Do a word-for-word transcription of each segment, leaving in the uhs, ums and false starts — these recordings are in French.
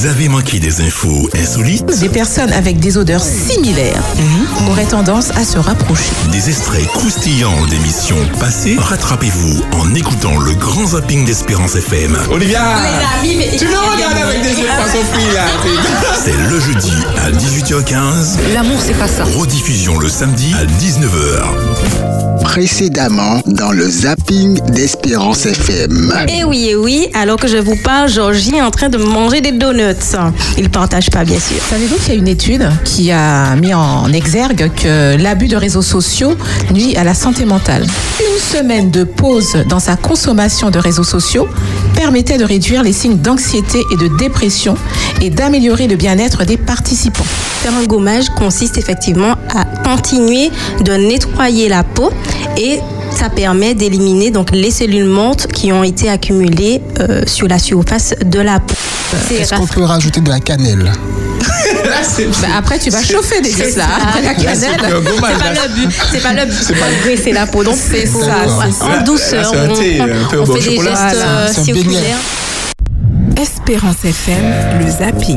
Vous avez manqué des infos insolites? Des personnes avec des odeurs similaires mmh. auraient tendance à se rapprocher. Des extraits croustillants d'émissions passées? Rattrapez-vous en écoutant le grand zapping d'Espérance F M. Olivia, amis, mais tu me regardes avec des yeux de poisson frit là. C'est le jeudi à dix-huit heures quinze. L'amour, c'est pas ça. Rediffusion le samedi à dix-neuf heures. Précédemment dans le zapping d'Espérance F M. Eh oui, eh oui, alors que je vous parle, Georgie est en train de manger des donuts. Il ne partage pas, bien sûr. Savez-vous qu'il y a une étude qui a mis en exergue que l'abus de réseaux sociaux nuit à la santé mentale. Une semaine de pause dans sa consommation de réseaux sociaux permettait de réduire les signes d'anxiété et de dépression et d'améliorer le bien-être des participants. Faire un gommage consiste effectivement à continuer de nettoyer la peau et ça permet d'éliminer donc les cellules mortes qui ont été accumulées euh, sur la surface de la peau. C'est Est-ce qu'on peut rajouter de la cannelle? Là, c'est, bah après, tu vas c'est, chauffer des vis là. La cannelle. C'est pas le but. C'est pas le but. C'est pas graisser la peau. Donc c'est ça. C'est en douceur. Là, on, thé, on, on fait des gestes euh, circulaires. Espérance F M, le zapping.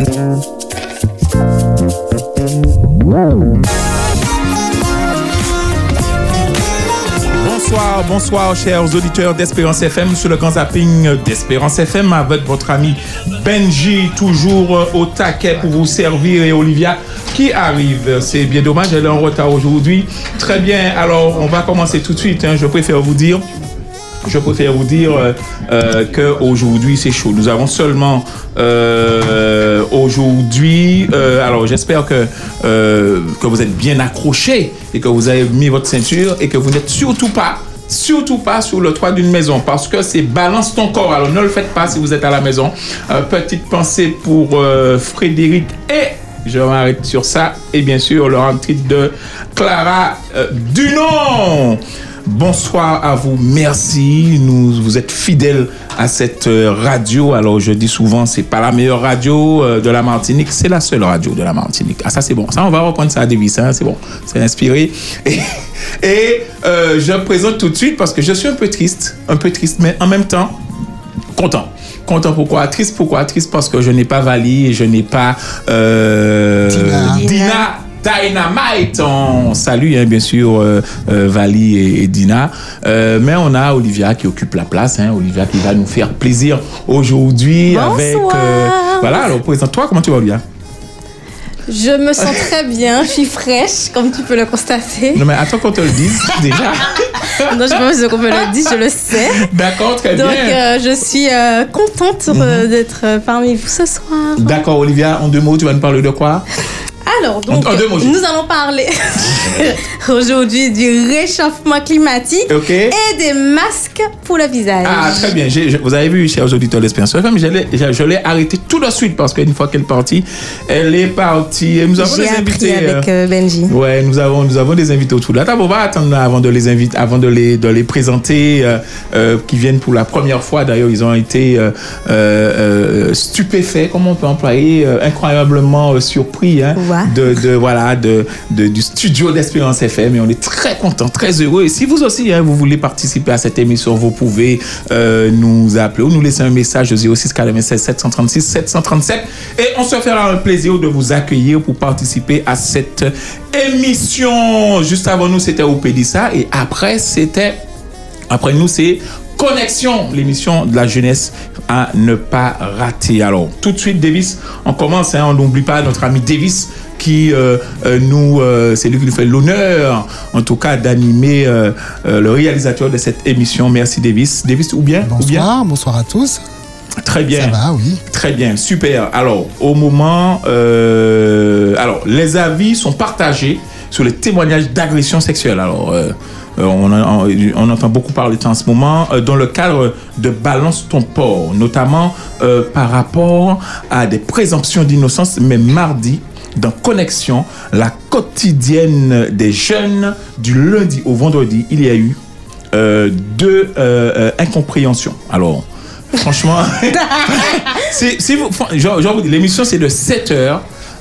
Bonsoir, bonsoir chers auditeurs d'Espérance F M sur le grand zapping d'Espérance F M avec votre ami Benji, toujours au taquet pour vous servir, et Olivia qui arrive. C'est bien dommage, elle est en retard aujourd'hui. Très bien, alors on va commencer tout de suite. Hein. Je préfère vous dire Je préfère vous dire euh, euh, qu'aujourd'hui c'est chaud. Nous avons seulement euh, aujourd'hui, euh, alors j'espère que, euh, que vous êtes bien accrochés et que vous avez mis votre ceinture et que vous n'êtes surtout pas, surtout pas sur le toit d'une maison, parce que c'est balance ton corps. Alors ne le faites pas si vous êtes à la maison. Euh, petite pensée pour euh, Frédéric et je m'arrête sur ça, et bien sûr le titre de Clara euh, Dunon. Bonsoir à vous, merci. Nous, vous êtes fidèles à cette radio. Alors, je dis souvent, c'est pas la meilleure radio de la Martinique, c'est la seule radio de la Martinique. Ah, ça, c'est bon. Ça, on va reprendre ça à Davis, hein, c'est bon. C'est inspiré. Et, et euh, je présente tout de suite parce que je suis un peu triste, un peu triste, mais en même temps, content. Content pourquoi? Triste pourquoi? Triste parce que je n'ai pas Vali et je n'ai pas euh, Dina. Dina. Dynamite, on salue hein, bien sûr euh, euh, Vali et, et Dina, euh, mais on a Olivia qui occupe la place, hein, Olivia qui va nous faire plaisir aujourd'hui. Bonsoir. Avec euh, voilà, alors présente-toi, comment tu vas Olivia? Je me sens très bien, je suis fraîche, comme tu peux le constater. Non mais attends qu'on te le dise déjà. Non, je ne sais pas si on me le dise, je le sais. D'accord, très Donc, bien. Donc euh, je suis euh, contente mm-hmm. euh, d'être euh, parmi vous ce soir. D'accord Olivia, en deux mots, tu vas nous parler de quoi? Alors, donc, en, en deux mots, nous allons parler aujourd'hui du réchauffement climatique okay. et des masques pour le visage. Ah, très bien. J'ai, je, vous avez vu, chers auditeurs d'Espérance F M, je l'ai, je l'ai arrêté tout de suite parce qu'une fois qu'elle est partie, elle est partie. Et nous avons J'ai des invités. avec euh, Benji. Ouais, nous avons, nous avons des invités autour de la table. On va attendre avant de les inviter, avant de les, de les présenter, euh, euh, qui viennent pour la première fois. D'ailleurs, ils ont été euh, euh, stupéfaits, comment on peut employer, euh, incroyablement euh, surpris. Hein. Ouais. De, de voilà de, de du studio d'Espérance F M, et on est très contents, très heureux. Et si vous aussi hein, vous voulez participer à cette émission, vous pouvez euh, nous appeler ou nous laisser un message au zéro six quatre-vingt-seize sept cent trente-six sept cent trente-sept et on se fera un plaisir de vous accueillir pour participer à cette émission. Juste avant nous c'était Opédissa et après c'était après nous c'est Connexion, l'émission de la jeunesse à ne pas rater. Alors, tout de suite, Davis, on commence. Hein, on n'oublie pas notre ami Davis qui euh, euh, nous, euh, c'est lui qui nous fait l'honneur, en tout cas, d'animer euh, euh, le réalisateur de cette émission. Merci, Davis. Davis, ou bien? Bonsoir, ou bien? bonsoir à tous. Très bien. Ça va, oui. Très bien, super. Alors, au moment, euh, alors, les avis sont partagés sur les témoignages d'agression sexuelle. Alors, euh, On, on, on entend beaucoup parler en ce moment euh, dans le cadre de Balance ton port, notamment euh, par rapport à des présomptions d'innocence. Mais mardi, dans Connexion, la quotidienne des jeunes, du lundi au vendredi, il y a eu euh, deux euh, euh, incompréhensions. Alors, franchement, si, si vous, genre, genre, l'émission c'est de sept heures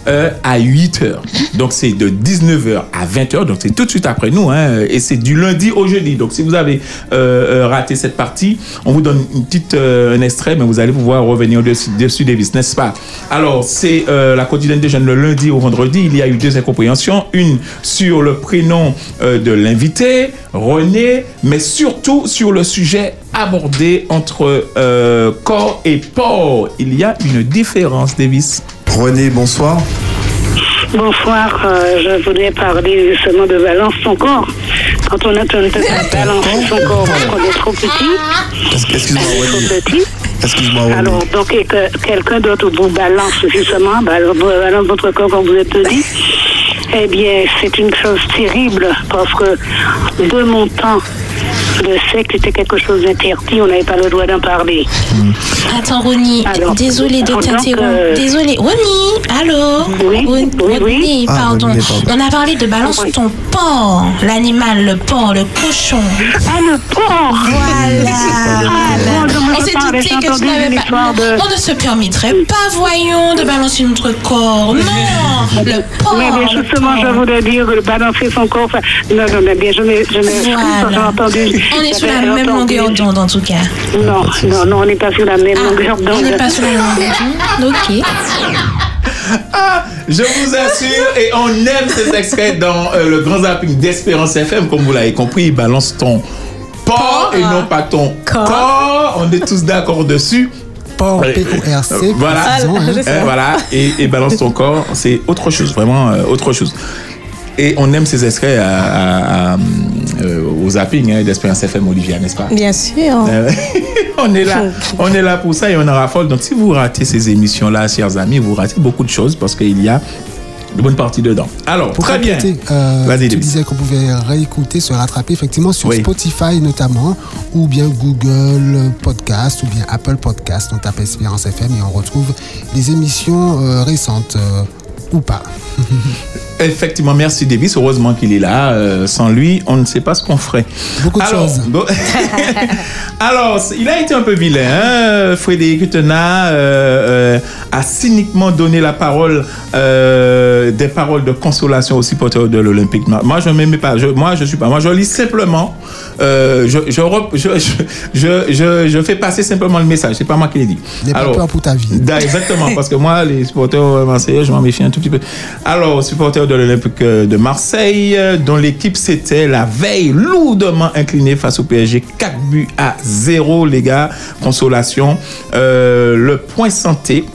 heures à huit heures. Donc, c'est de dix-neuf heures à vingt heures. Donc, c'est tout de suite après nous. Hein, et c'est du lundi au jeudi. Donc, si vous avez euh, euh, raté cette partie, on vous donne une petite, euh, un extrait, mais vous allez pouvoir revenir dessus, dessus Davis, n'est-ce pas? Alors, c'est euh, la quotidienne des jeunes le lundi au vendredi. Il y a eu deux incompréhensions. Une sur le prénom euh, de l'invité, René, mais surtout sur le sujet abordé entre euh, corps et porc. Il y a une différence, Davis. René, bonsoir. Bonsoir, euh, je voulais parler justement de balance son corps. Quand on a tendance à balancer son corps, quand on est trop petit, Excuse-moi, trop René. petit. Excuse-moi, René. Alors, donc, et que quelqu'un d'autre vous balance justement, balance, balance votre corps quand vous êtes petit, eh bien, c'est une chose terrible parce que de mon temps, le sexe était quelque chose d'interdit, on n'avait pas le droit d'en parler. Attends, Ronnie, désolée de t'interrompre. euh... Désolée. Ronnie, allô? Oui, Ronnie, oui, oui. pardon. Ah, Ronnie, pardon. On a parlé de balance Oui. ton porc, l'animal, le porc, le cochon. Ah, le porc! Voilà. Ah, bon, On s'est parlé, douté j'ai que tu entendu n'avais une pas... histoire de- On ne se permettrait pas, voyons, de balancer notre corps. Non, le porc. Mais, mais justement, je voulais dire que balancer son corps. Enfin, non, non, mais bien, je m'excuse, Voilà. j'ai entendu. On est sur la j'avais même entendu- longueur d'onde, en tout cas. Non, non, non, on n'est pas sur la même Ah, longueur d'onde. on n'est pas sur la même longueur d'onde. Ok. Ah, je vous assure, et on aime ces extraits dans euh, le grand zapping d'Espérance F M, comme vous l'avez compris, il balance ton porc et non pas ton corps. corps. On est tous d'accord dessus. Porc, P O R C. Voilà, précisons, hein. Euh, voilà, et, et balance ton corps, c'est autre chose, vraiment euh, autre chose. Et on aime ces extraits à, à, à, euh, au zapping hein, d'Espérance F M, Olivia, n'est-ce pas? Bien sûr. Euh, on est là, on est là pour ça et on en raffole. Donc, si vous ratez ces émissions-là, chers amis, vous ratez beaucoup de choses parce qu'il y a de bonnes parties dedans. Alors, Pour très bien. compléter, euh, Vas-y, tu Davis. disais qu'on pouvait réécouter, se rattraper effectivement sur Oui. Spotify notamment, ou bien Google Podcast, ou bien Apple Podcast. On tape Espérance F M et on retrouve les émissions euh, récentes euh, ou pas. Effectivement, merci Davis. Heureusement qu'il est là. Euh, sans lui, on ne sait pas ce qu'on ferait. Beaucoup de Alors, choses. bon- Alors, il a été un peu vilain. Hein? Frédéric Hutenat euh, euh, a cyniquement donné la parole, euh, des paroles de consolation aux supporters de l'Olympique. Moi, je ne m'aimais pas. Je, moi, je suis pas. Moi, je lis simplement. Euh, je, je, rep- je, je, je, je, je fais passer simplement le message. C'est pas moi qui l'ai dit. N'aie pas Alors, peur pour ta vie. Da- Exactement, parce que moi, les supporters marseillais, je m'en méfie un tout petit peu. Alors, supporters de l'Olympique de Marseille, dont l'équipe s'était la veille lourdement inclinée face au P S G, quatre buts à zéro, les gars. Consolation. Euh, le point santé.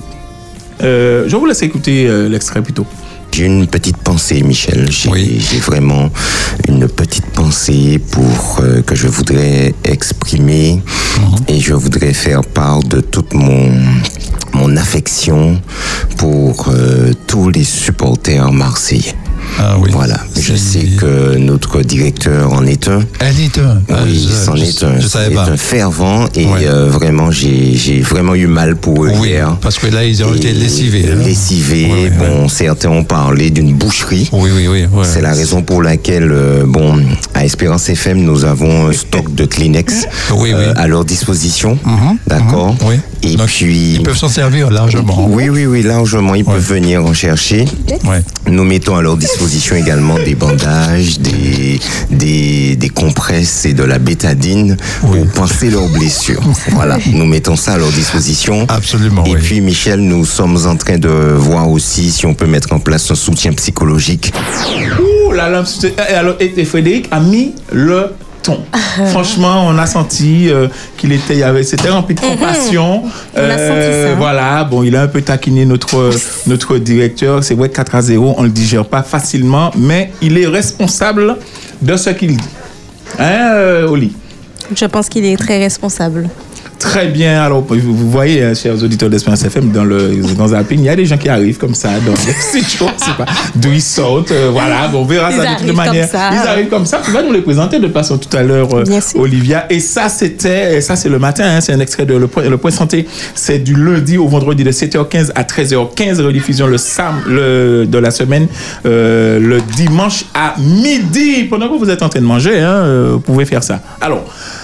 Euh, je vous laisse écouter euh, l'extrait plutôt. J'ai une petite pensée, Michel. J'ai, Oui. j'ai vraiment une petite pensée pour euh, que je voudrais exprimer et je voudrais faire part de toute mon mon affection pour euh, tous les supporters marseillais. Ah oui. Voilà. Je sais que notre directeur en est un. Elle est un. Oui, je, c'en je, est un. je savais C'est pas. un fervent et Ouais. euh, vraiment, j'ai, j'ai vraiment eu mal pour eux Oui, hier. parce que là, ils ont Et été lessivés. hein. Lessivés. Ouais, ouais, bon, certains ont parlé d'une boucherie. Oui, oui, oui. ouais. C'est la raison pour laquelle, euh, bon, à Espérance F M, nous avons un stock de Kleenex Oui, oui. euh, à leur disposition. Mhm, D'accord. mhm, oui. Et Donc, puis. Ils peuvent s'en servir largement. Oui, oui, oui, largement. Ils Ouais. peuvent venir en chercher. Ouais. Nous mettons à leur disposition également des bandages, des, des, des compresses et de la bétadine Oui. pour panser leurs blessures. Voilà, nous mettons ça à leur disposition. Absolument, Et oui. puis, Michel, nous sommes en train de voir aussi si on peut mettre en place un soutien psychologique. Ouh, la lampe. Et, alors, et, et Frédéric a mis le ton. Franchement, on a senti euh, qu'il était, il y avait, c'était rempli de compassion. On a senti ça. Voilà, bon, il a un peu taquiné notre, notre directeur. C'est vrai, quatre à zéro, on le digère pas facilement, mais il est responsable de ce qu'il dit. Hein, euh, Oli? Je pense qu'il est très responsable. Très bien. Alors, vous vous voyez, hein, chers auditeurs d'Espérance F M, dans le dans Zapping, il y a des gens qui arrivent comme ça, dans les studios, c'est pas d'où ils sautent. Euh, voilà, bon, on verra Ils ça de arrivent toute manière. comme ça. Ils arrivent comme ça. Tu vas nous les présenter de façon tout à l'heure, euh, Bien sûr. Olivia. Et ça, c'était, ça, c'est le matin. Hein, c'est un extrait de Le Point, le Point Santé. C'est du lundi au vendredi de sept heures quinze à treize heures quinze. Rediffusion le sam le, de la semaine, euh, le dimanche à midi. Pendant que vous êtes en train de manger, hein, euh, vous pouvez faire ça. Alors.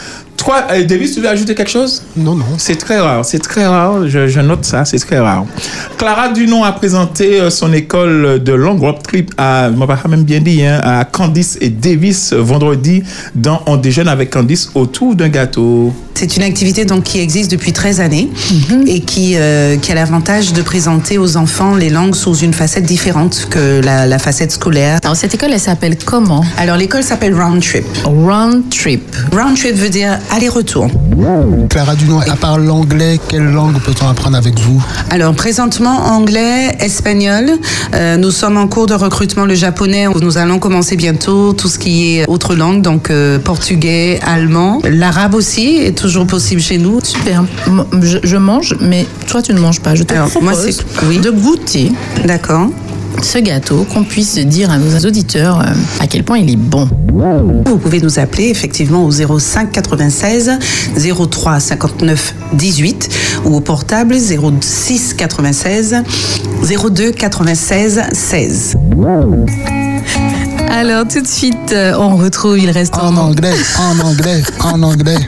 Toi, euh, Davis, tu veux ajouter quelque chose? Non, non. C'est très rare, c'est très rare. Je, je note ça, c'est très rare. Clara Dunon a présenté son école de long road trip à, je m'en pas même bien dit, hein, à Candice et Davis vendredi dans On déjeune avec Candice autour d'un gâteau. C'est une activité donc qui existe depuis treize années mm-hmm. et qui, euh, qui a l'avantage de présenter aux enfants les langues sous une facette différente que la, la facette scolaire. Alors cette école, elle s'appelle comment? Alors l'école s'appelle Round Trip. Round Trip. Round Trip veut dire aller-retour. Clara Dunon, à part l'anglais, quelle langue peut-on apprendre avec vous? Alors présentement, anglais, espagnol. Euh, nous sommes en cours de recrutement le japonais. Nous allons commencer bientôt tout ce qui est autre langue, donc euh, portugais, allemand. L'arabe aussi est toujours possible chez nous. Super. Je, je mange, mais toi, tu ne manges pas. Je te Alors, propose moi, c'est... Oui. de goûter. D'accord. Ce gâteau, qu'on puisse dire à nos auditeurs euh, à quel point il est bon. Vous pouvez nous appeler effectivement au zéro cinq quatre-vingt-seize zéro trois cinquante-neuf dix-huit ou au portable zéro six quatre-vingt-seize zéro deux quatre-vingt-seize seize. Alors tout de suite, on retrouve Il reste en anglais, en anglais, en anglais.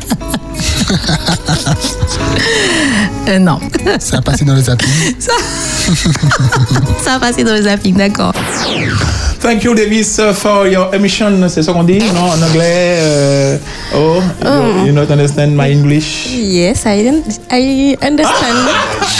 euh, non. Ça a passé dans le zapping. Ça... Ça a passé dans le zapping, d'accord. Thank you, Davis, uh, for your emission. C'est ça qu'on dit, non, en anglais. Uh, oh, oh. You, you not understand my English? Yes, I, didn't, I understand.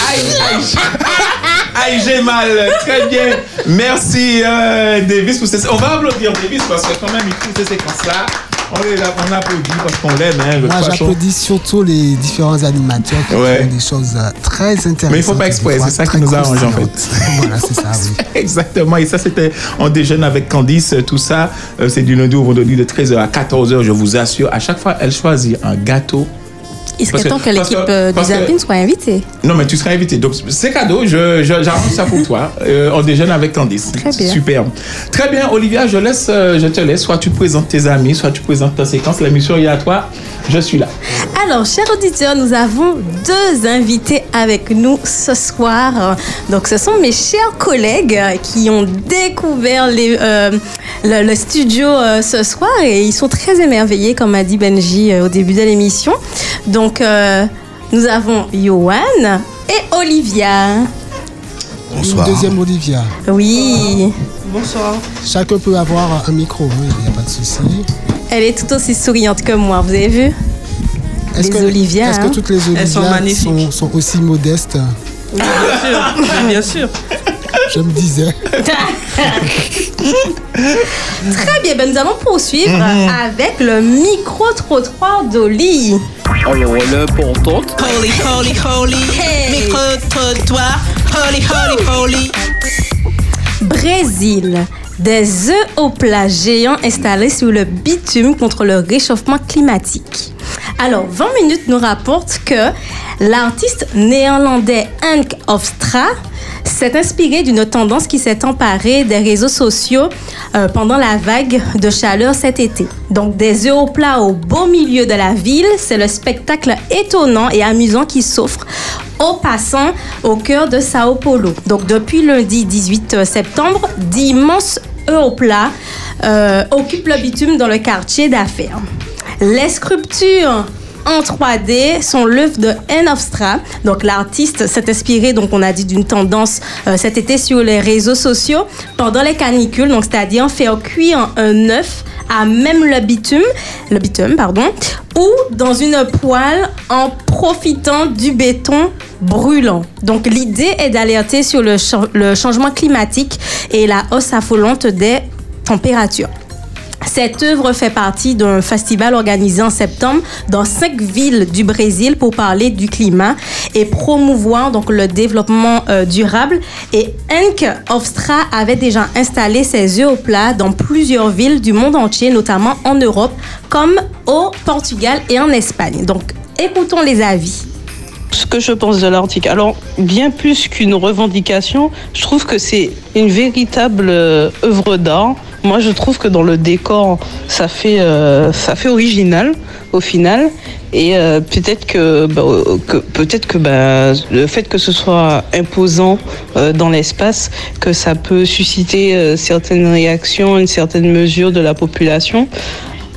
Aïe, j'ai mal. Très bien. Merci, euh, Davis. Pour ces... On va applaudir Davis parce que quand même, il faut ces séquences-là. On, les, on applaudit parce qu'on l'aime. Hein, Moi, j'applaudis surtout les différents animateurs qui ouais. font des choses très intéressantes. Mais il ne faut pas exprès, c'est ça qui nous arrange en fait. Voilà, c'est ça, oui. Exactement. Et ça, c'était On déjeune avec Candice. Tout ça, c'est du lundi au vendredi de treize heures à quatorze heures, je vous assure. À chaque fois, elle choisit un gâteau. Il serait temps que, que l'équipe que, du Zapping soit invitée. Non, mais tu seras invité. Donc, c'est cadeau. Je, je, j'arrange ça pour toi. Euh, on déjeune avec Candice. Très bien. Super. Très bien, Olivia, je, laisse, je te laisse. Soit tu présentes tes amis, soit tu présentes ta séquence. L'émission est à toi. Je suis là. Alors, chers auditeurs, nous avons deux invités avec nous ce soir. Donc, ce sont mes chers collègues qui ont découvert les, euh, le, le studio euh, ce soir et ils sont très émerveillés, comme a dit Benji euh, au début de l'émission. Donc, euh, nous avons Yohan et Olivia. Bonsoir. Une deuxième Olivia. Oui. Bonsoir. Chacun peut avoir un micro, il hein, n'y a pas de souci. Elle est tout aussi souriante que moi, vous avez vu? Est-ce les que, Olivia. Est-ce hein? que toutes les Olivia sont, sont, sont aussi modestes? Oui, bien sûr. Bien sûr. Je me disais. Très bien, ben nous allons poursuivre mmh. avec le micro-trottoir d'Oli. Alors, l'important. Holy, holy, holy. Hey. Micro-trottoir. Holy, holy, holy. Brésil. Des œufs au plat géants installés sur le bitume contre le réchauffement climatique. Alors, vingt minutes nous rapporte que l'artiste néerlandais Henk Hofstra s'est inspiré d'une tendance qui s'est emparée des réseaux sociaux euh, pendant la vague de chaleur cet été. Donc, des œufs au plat au beau milieu de la ville, c'est le spectacle étonnant et amusant qui s'offre aux passants au cœur de Sao Paulo. Donc, depuis lundi dix-huit septembre, d'immenses œufs au plat euh, occupent le bitume dans le quartier d'affaires. Les sculptures en trois D sont l'œuvre de Henk Hofstra. Donc l'artiste s'est inspiré, donc on a dit, d'une tendance euh, cet été sur les réseaux sociaux pendant les canicules, donc c'est-à-dire faire cuire un œuf à même le bitume, le bitume pardon, ou dans une poêle en profitant du béton brûlant. Donc l'idée est d'alerter sur le, ch- le changement climatique et la hausse affolante des températures. Cette œuvre fait partie d'un festival organisé en septembre dans cinq villes du Brésil pour parler du climat et promouvoir donc le développement euh, durable. Et Henk Hofstra avait déjà installé ses œufs au plat dans plusieurs villes du monde entier, notamment en Europe, comme au Portugal et en Espagne. Donc, écoutons les avis. Ce que je pense de l'article, alors bien plus qu'une revendication, je trouve que c'est une véritable euh, œuvre d'art. Moi, je trouve que dans le décor, ça fait, euh, ça fait original au final. Et euh, peut-être que, bah, que, peut-être que bah, le fait que ce soit imposant euh, dans l'espace, que ça peut susciter euh, certaines réactions, une certaine mesure de la population.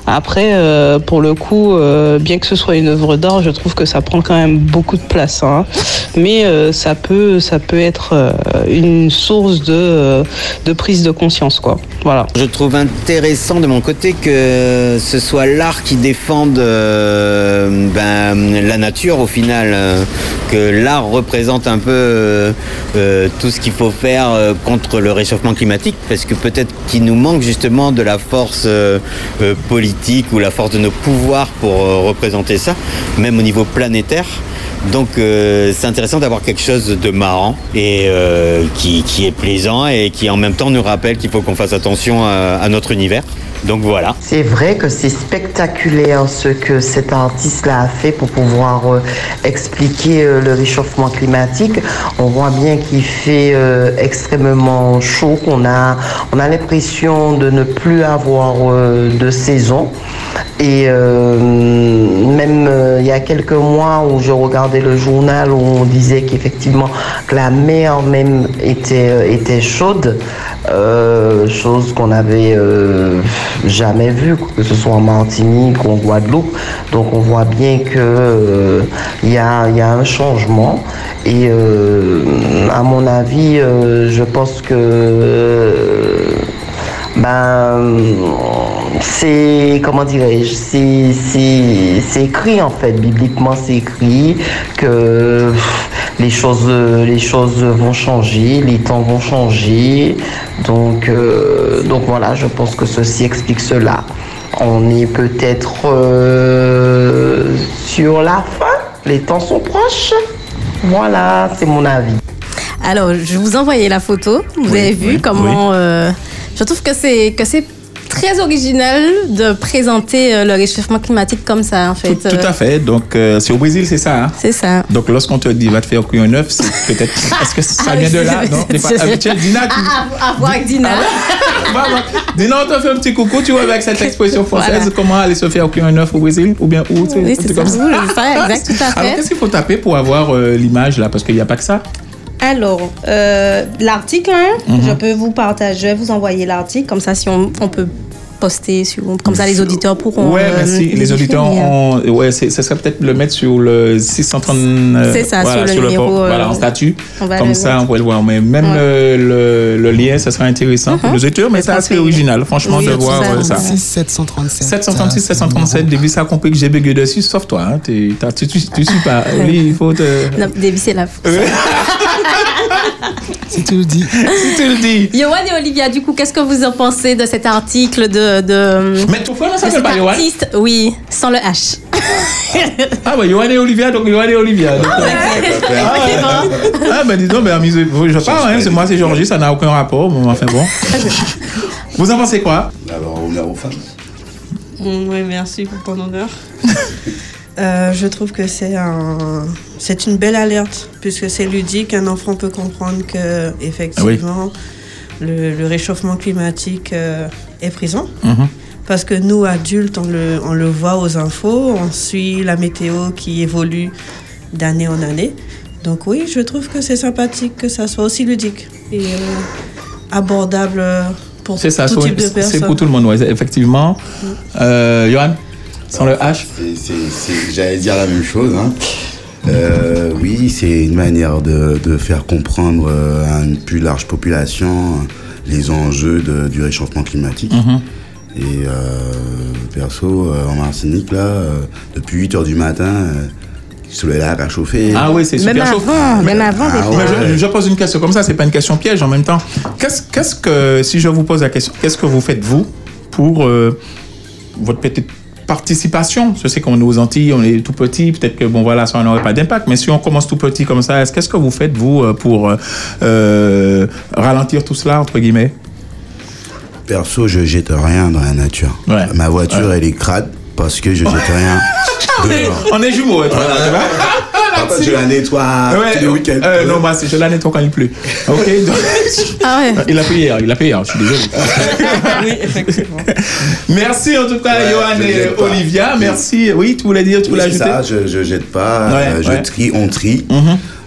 Après, euh, pour le coup, euh, bien que ce soit une œuvre d'art, je trouve que ça prend quand même beaucoup de place. Hein. Mais euh, ça peut, ça peut être euh, une source de, euh, de prise de conscience, quoi. Voilà. Je trouve intéressant de mon côté que ce soit l'art qui défende euh, ben, la nature au final, euh, que l'art représente un peu euh, euh, tout ce qu'il faut faire euh, contre le réchauffement climatique, parce que peut-être qu'il nous manque justement de la force euh, euh, politique ou la force de nos pouvoirs pour euh, représenter ça, même au niveau planétaire. Donc euh, c'est intéressant d'avoir quelque chose de marrant et euh, qui, qui est plaisant et qui en même temps nous rappelle qu'il faut qu'on fasse attention à, à notre univers. Donc voilà. C'est vrai que c'est spectaculaire ce que cet artiste-là a fait pour pouvoir euh, expliquer euh, le réchauffement climatique. On voit bien qu'il fait euh, extrêmement chaud, qu'on a, on a l'impression de ne plus avoir euh, de saison. Et euh, même euh, il y a quelques mois où je regardais le journal où on disait qu'effectivement que la mer même était, euh, était chaude, euh, chose qu'on n'avait euh, jamais vue, que ce soit en Martinique ou en Guadeloupe. Donc on voit bien qu'il euh, y, a, y a un changement. Et euh, à mon avis, euh, je pense que... Euh, ben, c'est, comment dirais-je, c'est, c'est, c'est écrit en fait, bibliquement c'est écrit que les choses, les choses vont changer, les temps vont changer, donc, euh, donc voilà, je pense que ceci explique cela. On est peut-être euh, sur la fin, les temps sont proches, voilà, c'est mon avis. Alors, je vous envoyais la photo, vous oui, avez vu oui, comment... Oui. Euh, je trouve que c'est, que c'est très original de présenter euh, le réchauffement climatique comme ça, en fait. Tout, tout à fait. Donc, euh, c'est au Brésil, c'est ça. Hein? C'est ça. Donc, lorsqu'on te dit va te faire cuire un œuf, c'est peut-être. Est-ce que ça vient de là? Non, c'est pas habituel. Dina, tu. À voir avec Dina. Dina, on te fait un petit coucou, tu vois, avec cette expression française, voilà. Comment aller se faire cuire un œuf au Brésil? Ou bien où? Oui, c'est ça. Comme ça. Oui, c'est ça, exact, tout à fait. Alors, qu'est-ce qu'il faut taper pour avoir euh, l'image là? Parce qu'il n'y a pas que ça. Alors, euh, l'article, hein, mm-hmm. je peux vous partager, je vais vous envoyer l'article, comme ça, si on, on peut poster, sur, comme ça, les auditeurs pourront... Ouais, merci. Euh, les auditeurs, ont, ouais, c'est, ça serait peut-être le mettre sur le six cent trente... C'est ça, voilà, sur le sur numéro... Le, euh, voilà, en statut. Comme ça, on pourrait le voir. Mais même ouais. le, le, le lien, ça serait intéressant mm-hmm. pour les auditeurs, mais c'est assez original, franchement, oui, de voir ça. six sept cent trente-sept. sept cent trente-six, sept cent trente-sept, David, ça a compris que j'ai bugué dessus, sauf toi. Hein, tu tu, tu, tu suis pas. Oui, il faut te... Non, David, c'est la faute. Si tu le dis. Si tu le dis. Yoann et Olivia, du coup, qu'est-ce que vous en pensez de cet article de... de mais toutefois, non, ça s'appelle pas Yoann. Oui, sans le H. Ah, bah, Yoann et Olivia, donc Yoann et Olivia. Donc, ah, ouais. ah, ouais. ah, ben dis donc, ben, amis, je sais pas, hein, c'est moi, c'est Georgie, ça n'a aucun rapport. Bon, enfin bon. Vous en pensez quoi? Alors, honneur aux femmes. Oui, merci pour ton honneur. Euh, je trouve que c'est, un, c'est une belle alerte, puisque c'est ludique. Un enfant peut comprendre que, effectivement, oui. le, le réchauffement climatique euh, est présent. Mm-hmm. Parce que nous, adultes, on le, on le voit aux infos, on suit la météo qui évolue d'année en année. Donc oui, je trouve que c'est sympathique que ça soit aussi ludique et euh, abordable pour c'est ça, tout c'est, type de personnes. C'est pour tout le monde, ouais, effectivement. Mm. Euh, Yoann, sans le H c'est, c'est, c'est, j'allais dire la même chose. Hein. Euh, oui, c'est une manière de, de faire comprendre à une plus large population les enjeux de, du réchauffement climatique. Mm-hmm. Et euh, perso, euh, en Martinique, là, euh, depuis huit heures du matin, euh, le soleil a chauffé. Ah oui, c'est super même chaud. Avant, même avant, ah, ouais. je, je pose une question comme ça, c'est pas une question piège en même temps. Qu'est-ce, qu'est-ce que, si je vous pose la question, qu'est-ce que vous faites, vous, pour euh, votre petite participation? Je sais qu'on est aux Antilles, on est tout petit, peut-être que bon voilà, ça n'aurait pas d'impact, mais si on commence tout petit comme ça, qu'est-ce que vous faites, vous, pour euh, ralentir tout cela, entre guillemets? Perso, je jette rien dans la nature. Ouais. Ma voiture, ouais. elle est crade parce que je jette rien dehors. On est jumeaux, toi. Voilà. Je la nettoie ouais, tous les week-ends. Euh, non, bah, je la nettoie quand il pleut. Ok. Donc, ah ouais. Il a payé hier, il a payé hier, je suis désolé. Oui, effectivement. Merci en tout cas, ouais, Yoann et Olivia. Merci. Oui, tu voulais dire, tu voulais oui, ajouter? C'est ça, je, je jette pas, ouais, euh, je ouais. trie, on trie. Mm-hmm.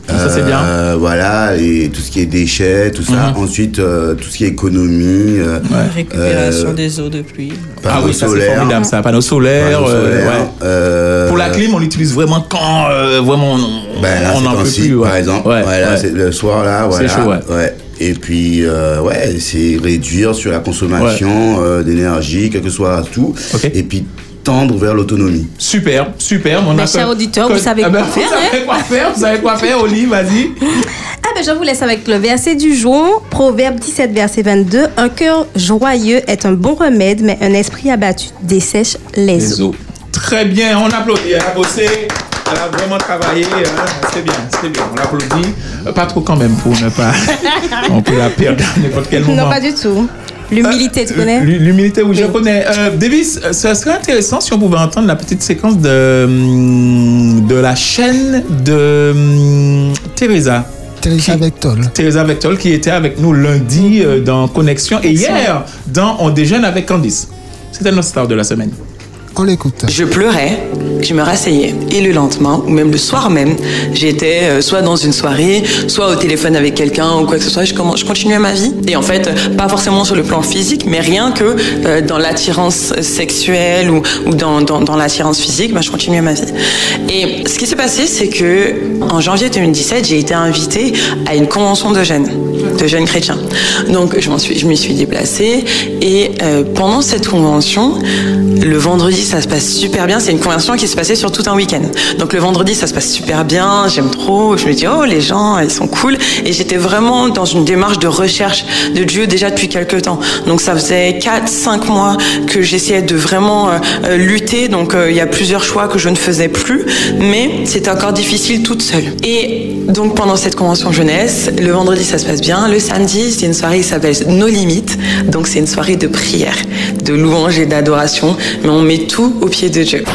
Ça, c'est bien. Euh, voilà, et tout ce qui est déchets, tout ça. Mhm. Ensuite, euh, tout ce qui est économie. Euh, Récupération euh, des eaux de pluie. Ah oui, ça c'est solaires. formidable, ça. Panneaux solaires. Panneaux euh, solaires, ouais. euh, Pour la clim, on l'utilise vraiment quand euh, vraiment on Ben là, on c'est n'en peut temps-ci, plus. Ouais. par exemple. Ouais, Voilà, ouais. c'est le soir là, voilà. C'est chaud, ouais. Et puis, euh, ouais, c'est réduire sur la consommation euh, d'énergie, quel que soit tout. Et puis tendre vers l'autonomie. Super, super. On Mes a chers que- auditeurs, que- vous savez ah ben, quoi faire, Vous savez hein? quoi faire, vous savez quoi faire, Oli, vas-y. Ah ben je vous laisse avec le verset du jour, Proverbe dix-sept, verset vingt-deux. Un cœur joyeux est un bon remède, mais un esprit abattu dessèche les, Les os. os. Très bien, on applaudit. Elle a bossé, elle a vraiment travaillé. Hein. C'est bien, c'est bien. On l'applaudit. Euh, Pas trop quand même pour ne pas. On peut la perdre à n'importe quel moment. Non, pas du tout. L'humilité, tu connais? L'hu- L'humilité, oui, je connais. Euh, Davis, euh, ce serait intéressant si on pouvait entendre la petite séquence de, hum, de la chaîne de hum, Teresa. Teresa Vectol. Teresa Vectol qui était avec nous lundi euh, dans Connexion et hier dans On déjeune avec Candice. C'était notre star de la semaine. On l'écoute. Je pleurais, je me rasseyais. Et le lendemain, ou même le soir même, j'étais euh, soit dans une soirée, soit au téléphone avec quelqu'un ou quoi que ce soit. Je, commence, je continuais ma vie. Et en fait, pas forcément sur le plan physique, mais rien que euh, dans l'attirance sexuelle ou, ou dans, dans, dans l'attirance physique, bah, je continuais ma vie. Et ce qui s'est passé, c'est que en janvier deux mille dix-sept, j'ai été invitée à une convention de jeunes, de jeunes chrétiens. Donc, je m'en suis, je m'y suis déplacée. Et euh, pendant cette convention, le vendredi, ça se passe super bien. C'est une convention qui se passait sur tout un week-end. Donc le vendredi, ça se passe super bien. J'aime trop. Je me dis, oh, les gens, ils sont cool. Et j'étais vraiment dans une démarche de recherche de Dieu déjà depuis quelques temps. Donc ça faisait quatre, cinq mois que j'essayais de vraiment euh, lutter. Donc euh, il y a plusieurs choix que je ne faisais plus. Mais c'était encore difficile toute seule. Et donc pendant cette convention jeunesse, le vendredi, ça se passe bien. Le samedi, c'est une soirée qui s'appelle Nos Limites. Donc c'est une soirée de prière, de louange et d'adoration. Mais on met tout au pied de Dieu.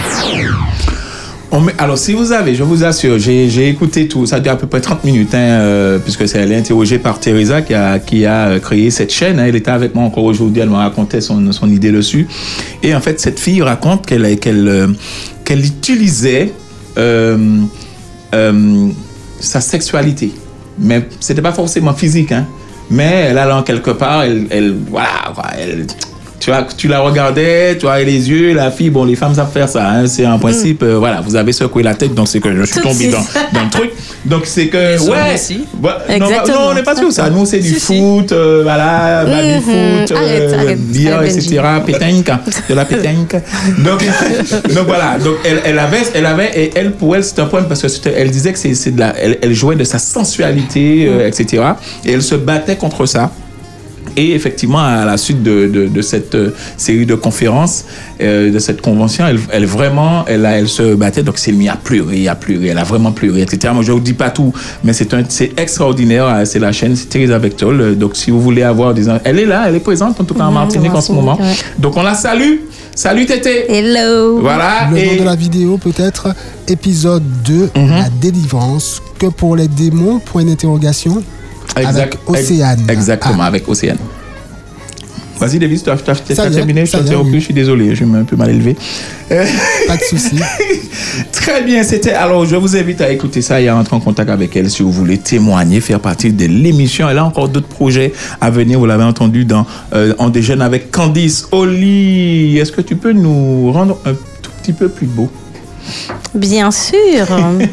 On met- alors, si vous avez, je vous assure, j'ai j'ai écouté tout, ça dure à peu près trente minutes, hein, euh, puisque c'est, elle est interrogée par Teresa qui a, qui a créé cette chaîne. Hein, elle était avec moi encore aujourd'hui, elle me racontait son, son idée dessus. Et en fait, cette fille raconte qu'elle qu'elle euh, qu'elle utilisait euh, euh, sa sexualité. Mais c'était pas forcément physique, hein. Mais elle allant quelque part, elle, elle voilà, quoi, elle... Tu vois, tu la regardais, tu vois, les yeux, la fille, bon, les femmes savent faire ça, hein, c'est en principe, euh, voilà, vous avez secoué la tête, donc c'est que je suis Tout de tombé suite. dans, dans le truc. Donc c'est que, Les hommes ouais. aussi. Bah, non, Exactement. non, on n'est pas sûr, ça. Nous, c'est du Si, si. foot, euh, voilà, baby Mhm. foot, Arrête, euh, arrête, bière, arrête, et cetera, pétanque, de la pétanque. Donc, donc voilà, donc elle, elle avait, elle avait, et elle, pour elle, c'est un problème parce que c'était- elle disait que c'est, c'est de la, elle, elle jouait de sa sensualité, euh, et cetera. Et elle se battait contre ça. Et effectivement, à la suite de, de, de cette euh, série de conférences, euh, de cette convention, elle, elle vraiment, elle, a- elle se battait. Donc, c'est mis à pleurer, à pleurer. Elle a vraiment pleuré, et cetera. Moi, je ne vous dis pas tout, mais c'est, un, c'est extraordinaire. euh, C'est la chaîne, c'est Teresa Vectol. Euh, Donc, si vous voulez avoir des... Elle est là, elle est présente, en tout cas en Mhm, Martinique en en ce Martinique, moment. ouais. Donc, on la salue. Salut, Tété. Hello. Voilà. Le nom Et de la vidéo peut-être épisode deux, Mhm. la délivrance, que pour les démons, point d'interrogation, avec Océane. Exactement, avec Océane. Vas-y, Davis, tu as, tu as- tu as Ça y est, terminé. Je ça t'ai y est, interrompu, oui. je suis désolé, je m'ai un peu mal élevé. Euh, Pas de souci. Très bien, c'était. Alors, je vous invite à écouter ça et à entrer en contact avec elle si vous voulez témoigner, faire partie de l'émission. Elle a encore d'autres projets à venir. Vous l'avez entendu dans euh, On déjeune avec Candice. Oli, est-ce que tu peux nous rendre un tout petit peu plus beau? Bien sûr.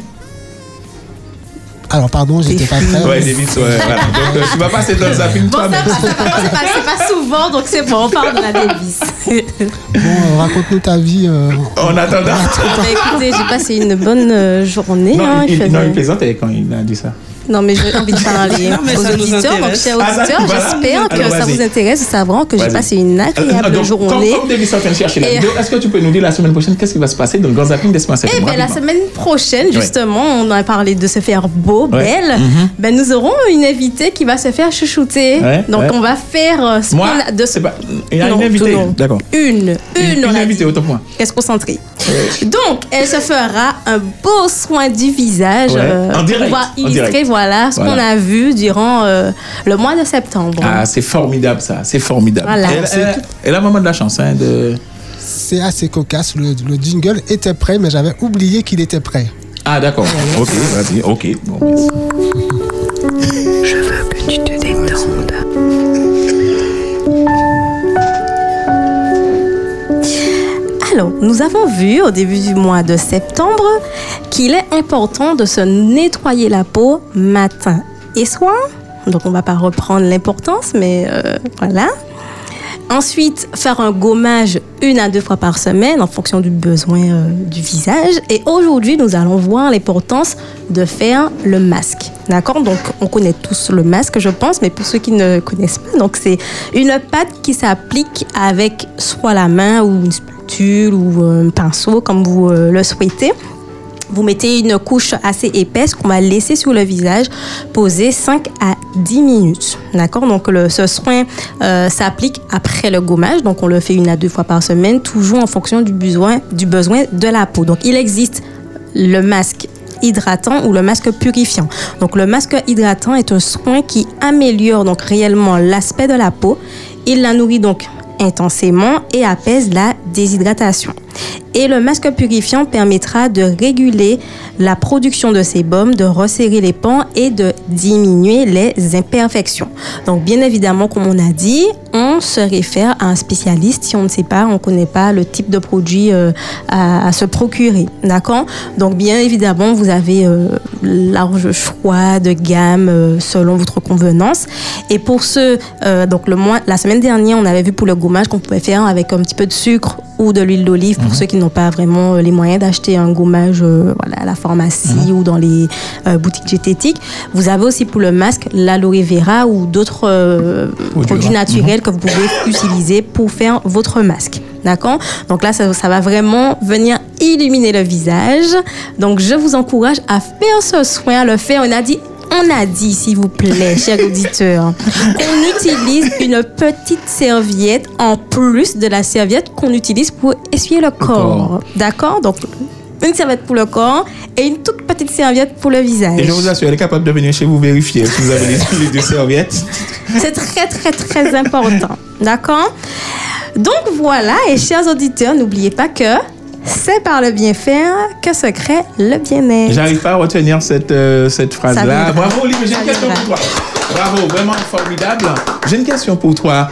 Alors, pardon, j'étais pas prêt. Ouais, David, ouais, voilà. Donc, euh, tu vas passer dans le zapping Bon, ça toi-même. va, c'est pas, c'est pas- c'est pas souvent, donc c'est bon, on parle de la Davis. Bon, euh, raconte-nous ta vie. euh, En attendant. Bah, écoutez, j'ai passé une bonne euh, journée. Non, hein, il, il il- faisait- non, il plaisantait quand il a dit ça. Non, mais j'ai envie de parler Non, mais aux ça nous auditeurs. Donc, intéresse. chers Ah, ça, auditeurs, voilà. j'espère que Alors, ça vas-y. vous intéresse de savoir que j'ai Vas-y. passé une agréable Ah, donc, journée. Comme, comme David est en train de chercher la Et- vidéo, est-ce que tu peux nous dire la semaine prochaine qu'est-ce qui va se passer dans le grand zapping d'Espace F M? Eh bien, la Rapidement. semaine prochaine, Ouais. justement, on a parlé de se faire beau, Ouais. belle. Mhm. Ben, nous aurons une invitée qui va se faire chouchouter. Ouais, Donc, ouais. on va faire euh, ce Moi, qu'on a de ce... c'est pas. Il y a Non, une invitée. tout non. D'accord. Une, une, Une, on une a invitée, dit. autant pour moi. Reste concentré. Donc, elle se fera un beau soin du visage Ouais. euh, En direct, pour pouvoir en illustrer direct. voilà, ce Voilà. qu'on a vu durant euh, le mois de septembre. Ah, c'est formidable ça, c'est formidable. Voilà. Elle, elle, elle a vraiment de la chance. Hein, de... C'est assez cocasse. Le, le jingle était prêt, mais j'avais oublié qu'il était prêt. Ah, d'accord. Ok, vas-y, ok. Bon, merci. Je veux que tu te détendes. Alors, nous avons vu au début du mois de septembre qu'il est important de se nettoyer la peau matin et soir. Donc, on ne va pas reprendre l'importance, mais euh, voilà. Ensuite, faire un gommage une à deux fois par semaine en fonction du besoin euh, du visage. Et aujourd'hui, nous allons voir l'importance de faire le masque. D'accord? Donc, on connaît tous le masque, je pense, mais pour ceux qui ne connaissent pas, donc c'est une pâte qui s'applique avec soit la main ou une spatule ou un pinceau, comme vous euh, le souhaitez. Vous mettez une couche assez épaisse qu'on va laisser sur le visage, poser cinq à dix minutes. D'accord? Donc, le, ce soin euh, s'applique après le gommage. Donc, on le fait une à deux fois par semaine, toujours en fonction du besoin, du besoin de la peau. Donc, il existe le masque hydratant ou le masque purifiant. Donc, le masque hydratant est un soin qui améliore donc réellement l'aspect de la peau. Il la nourrit donc intensément et apaise la déshydratation. Et le masque purifiant permettra de réguler la production de sébum, de resserrer les pores et de diminuer les imperfections. Donc, bien évidemment, comme on a dit, on se réfère à un spécialiste si on ne sait pas, on ne connaît pas le type de produit euh, à, à se procurer. D'accord? Donc, bien évidemment, vous avez euh, large choix de gamme euh, selon votre convenance. Et pour ceux, euh, donc le mois, la semaine dernière, on avait vu pour le gommage qu'on pouvait faire avec un petit peu de sucre ou de l'huile d'olive pour mmh. ceux qui n'ont pas vraiment les moyens d'acheter un gommage euh, voilà, à la pharmacie mmh. ou dans les euh, boutiques diététiques. Vous avez aussi pour le masque l'aloe vera ou d'autres euh, produits naturels mmh. que vous pouvez utiliser pour faire votre masque. D'accord? Donc là, ça, ça va vraiment venir illuminer le visage. Donc, je vous encourage à faire ce soin, à le faire. On a dit On a dit, s'il vous plaît, chers auditeurs, qu'on utilise une petite serviette en plus de la serviette qu'on utilise pour essuyer le corps. corps. D'accord? Donc, une serviette pour le corps et une toute petite serviette pour le visage. Et je vous assure, elle est capable de venir chez vous vérifier si vous avez les, les deux serviettes. C'est très, très, très important. D'accord? Donc, voilà. Et chers auditeurs, n'oubliez pas que c'est par le bien faire que se crée le bien-être. J'arrive pas à retenir cette, euh, cette phrase-là. Bravo, Olivier, j'ai une question pour toi. Bravo, vraiment formidable. J'ai une question pour toi.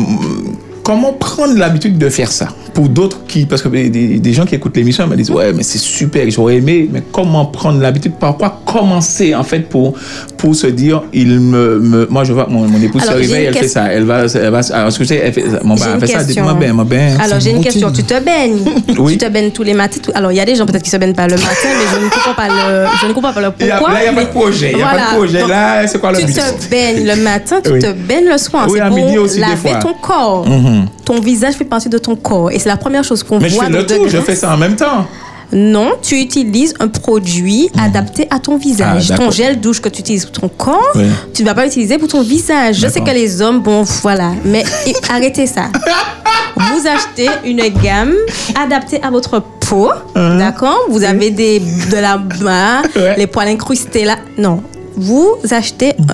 Comment prendre l'habitude de faire ça? Pour d'autres qui, parce que des, des gens qui écoutent l'émission me disent ouais mais c'est super, j'aurais aimé, mais comment prendre l'habitude? Par quoi commencer en fait pour pour se dire il me, me moi je vois mon, mon épouse se réveille, elle fait ça, elle va elle va alors, ce que elle fait mon bah, elle fait ça, dis-moi ben moi ben. Alors j'ai une question, tu te baignes? Oui. Tu te baignes tous les matins? Tout... Alors il y a des gens peut-être qui se baignent pas le matin, mais je ne comprends pas le je ne comprends pas le pourquoi. Là il y a pas de projet, il y a voilà. pas de projet. Donc, là c'est quoi le but? Tu te baignes le matin, tu oui. te baignes le soir, oui, c'est pour laver ton corps. Mm-hmm. Ton visage fait partie de ton corps et c'est la première chose qu'on mais voit. Mais je fais le tout, je fais ça en même temps. Non, tu utilises un produit mmh. adapté à ton visage. Ah, ton gel douche que tu utilises pour ton corps, oui. tu ne vas pas l'utiliser pour ton visage. Je sais que les hommes, bon, voilà. Mais arrêtez ça. Vous achetez une gamme adaptée à votre peau, mmh. d'accord? Vous avez des, de la main, ouais. les poils incrustés là. Non. Vous achetez... Mmh.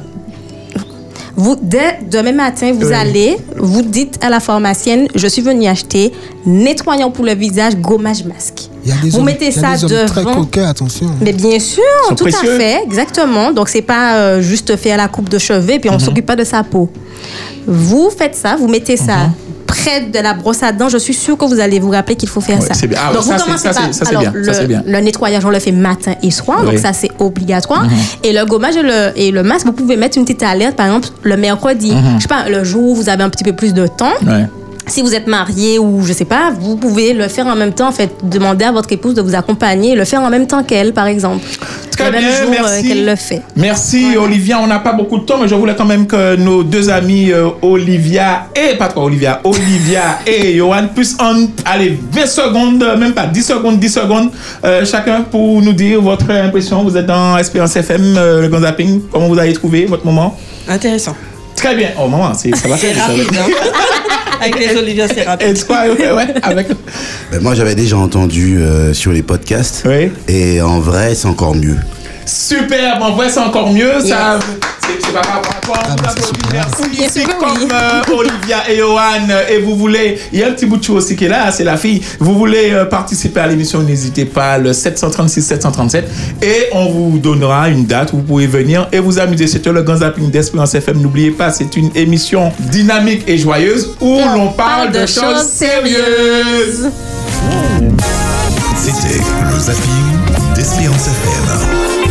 Vous, dès demain matin, vous oui. allez, vous dites à la pharmacienne, je suis venue acheter nettoyant pour le visage, gommage masque. Il y a des vous hommes, mettez il y a ça des hommes devant. Très coquets, attention. Mais bien sûr, tout précieux. À fait, exactement. Donc c'est pas euh, juste faire la coupe de cheveux et puis on mm-hmm. s'occupe pas de sa peau. Vous faites ça, vous mettez ça. Mm-hmm. Près de la brosse à dents, je suis sûre que vous allez vous rappeler qu'il faut faire ouais, ça. C'est bien. Ah, donc ça, vous commencez c'est, ça, par c'est, ça, alors, c'est bien. Le, ça, c'est bien. le nettoyage, on le fait matin et soir, oui. donc ça c'est obligatoire. Mm-hmm. Et le gommage et le, et le masque, vous pouvez mettre une petite alerte, par exemple le mercredi. Mm-hmm. Je sais pas, le jour où vous avez un petit peu plus de temps. Ouais. Si vous êtes marié ou je sais pas, vous pouvez le faire en même temps. En fait, demander à votre épouse de vous accompagner et le faire en même temps qu'elle, par exemple. Très le bien, même jour merci. Euh, qu'elle le fait. Merci voilà. Olivia. On n'a pas beaucoup de temps, mais je voulais quand même que nos deux amis euh, Olivia et pas toi Olivia, Olivia et Johan puissent en allez vingt secondes, même pas dix secondes, dix secondes euh, chacun pour nous dire votre impression. Vous êtes dans Espérance F M, euh, le Grand Zapping. Comment vous avez trouvé votre moment? Intéressant. Très bien. Oh maman, c'est ça va c'est faire. Rapide, hein? Avec les Olivia, c'est rapide. Et toi, ouais, ouais, avec... ben moi, j'avais déjà entendu euh, sur les podcasts. Oui. Et en vrai, c'est encore mieux. Super, en vrai, c'est encore mieux. Yes. Ça, c'est, C'est pas grave, on Ah, vous bah, applaudit, c'est super. merci. Bien C'est sûr, comme oui. euh, Olivia et Johan, et vous voulez, il y a un petit bout de chou aussi qui est là, c'est la fille. Vous voulez euh, participer à l'émission, n'hésitez pas, le sept cent trente-six sept cent trente-sept, et on vous donnera une date où vous pouvez venir et vous amuser. C'était le Grand Zapping d'Espérance F M. N'oubliez pas, c'est une émission dynamique et joyeuse où l'on parle de, de choses sérieuses. C'était le Zapping d'Espérance F M.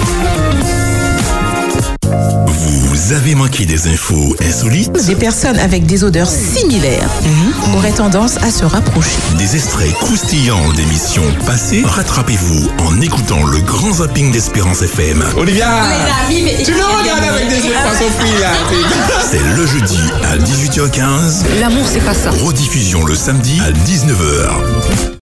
Vous avez manqué des infos insolites? Des personnes avec des odeurs similaires mmh. auraient tendance à se rapprocher. Des extraits croustillants d'émissions passées? Rattrapez-vous en écoutant le Grand Zapping d'Espérance F M. Olivia, Les amis, mais tu nous regardes avec des yeux de façon fille là. C'est le jeudi à dix-huit heures quinze. L'amour, c'est pas ça. Rediffusion le samedi à dix-neuf heures.